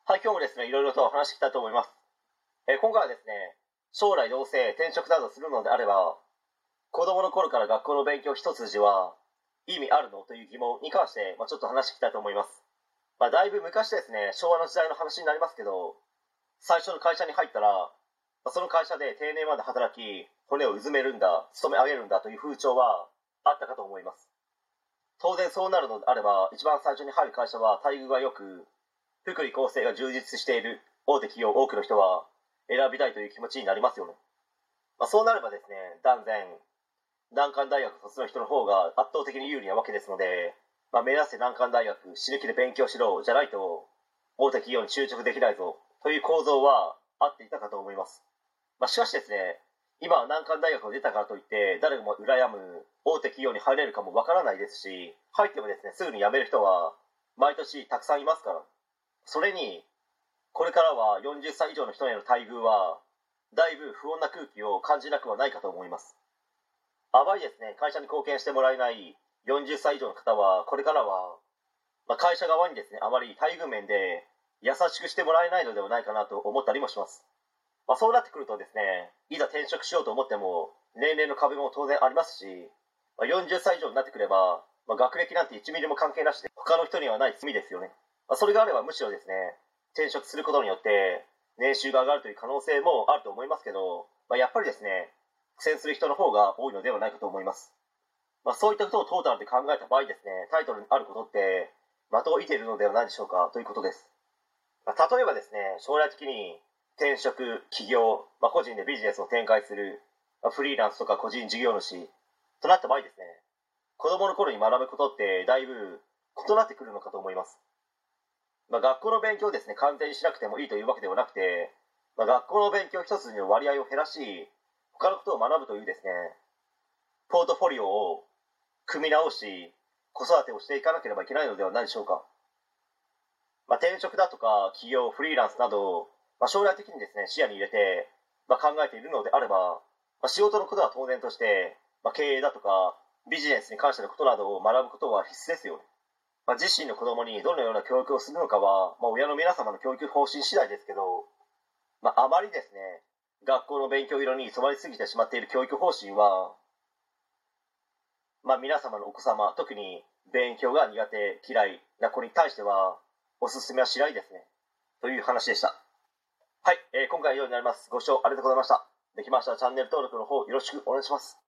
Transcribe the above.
はい、今日もですね、いろいろと話していきたいと思います。今回はですね、将来どうせ転職などするのであれば、子供の頃から学校の勉強一筋は意味あるのという疑問に関して、ちょっと話していきたいと思います。だいぶ昔ですね、昭和の時代の話になりますけど、最初の会社に入ったら、その会社で定年まで働き、骨をうずめるんだ、勤め上げるんだという風潮はあったかと思います。当然そうなるのであれば、一番最初に入る会社は待遇が良く、福利厚生が充実している大手企業多くの人は選びたいという気持ちになりますよね。そうなればですね、断然難関大学卒の人の方が圧倒的に有利なわけですので、目指せ難関大学死ぬ気で勉強しろじゃないと大手企業に就職できないぞという構造はあっていたかと思います。しかしですね、今は難関大学を出たからといって誰も羨む大手企業に入れるかもわからないですし、入ってもですねすぐに辞める人は毎年たくさんいますから。それにこれからは40歳以上の人への待遇はだいぶ不穏な空気を感じなくはないかと思います。あまりですね会社に貢献してもらえない40歳以上の方はこれからは、会社側にですねあまり待遇面で優しくしてもらえないのではないかなと思ったりもします。そうなってくるとですね、いざ転職しようと思っても年齢の壁も当然ありますし、40歳以上になってくれば、学歴なんて1ミリも関係なしで他の人にはない罪ですよね。それがあればむしろですね、転職することによって年収が上がるという可能性もあると思いますけど、やっぱりですね、苦戦する人の方が多いのではないかと思います。そういったことをトータルで考えた場合ですね、タイトルにあることって的を射ているのではないでしょうかということです。例えばですね、将来的に転職、起業、個人でビジネスを展開する、フリーランスとか個人事業主となった場合ですね、子供の頃に学ぶことってだいぶ異なってくるのかと思います。学校の勉強をですね完全にしなくてもいいというわけではなくて、学校の勉強一つの割合を減らし他のことを学ぶというですねポートフォリオを組み直し子育てをしていかなければいけないのではないでしょうか。転職だとか起業、フリーランスなど、将来的にですね視野に入れて、考えているのであれば、仕事のことは当然として、経営だとかビジネスに関してのことなどを学ぶことは必須ですよね。自身の子供にどのような教育をするのかは、親の皆様の教育方針次第ですけど、あまりですね学校の勉強色に染まりすぎてしまっている教育方針は、皆様のお子様、特に勉強が苦手嫌いな子に対してはおすすめはしないですねという話でした。はい、今回は以上になります。ご視聴ありがとうございました。できましたらチャンネル登録の方よろしくお願いします。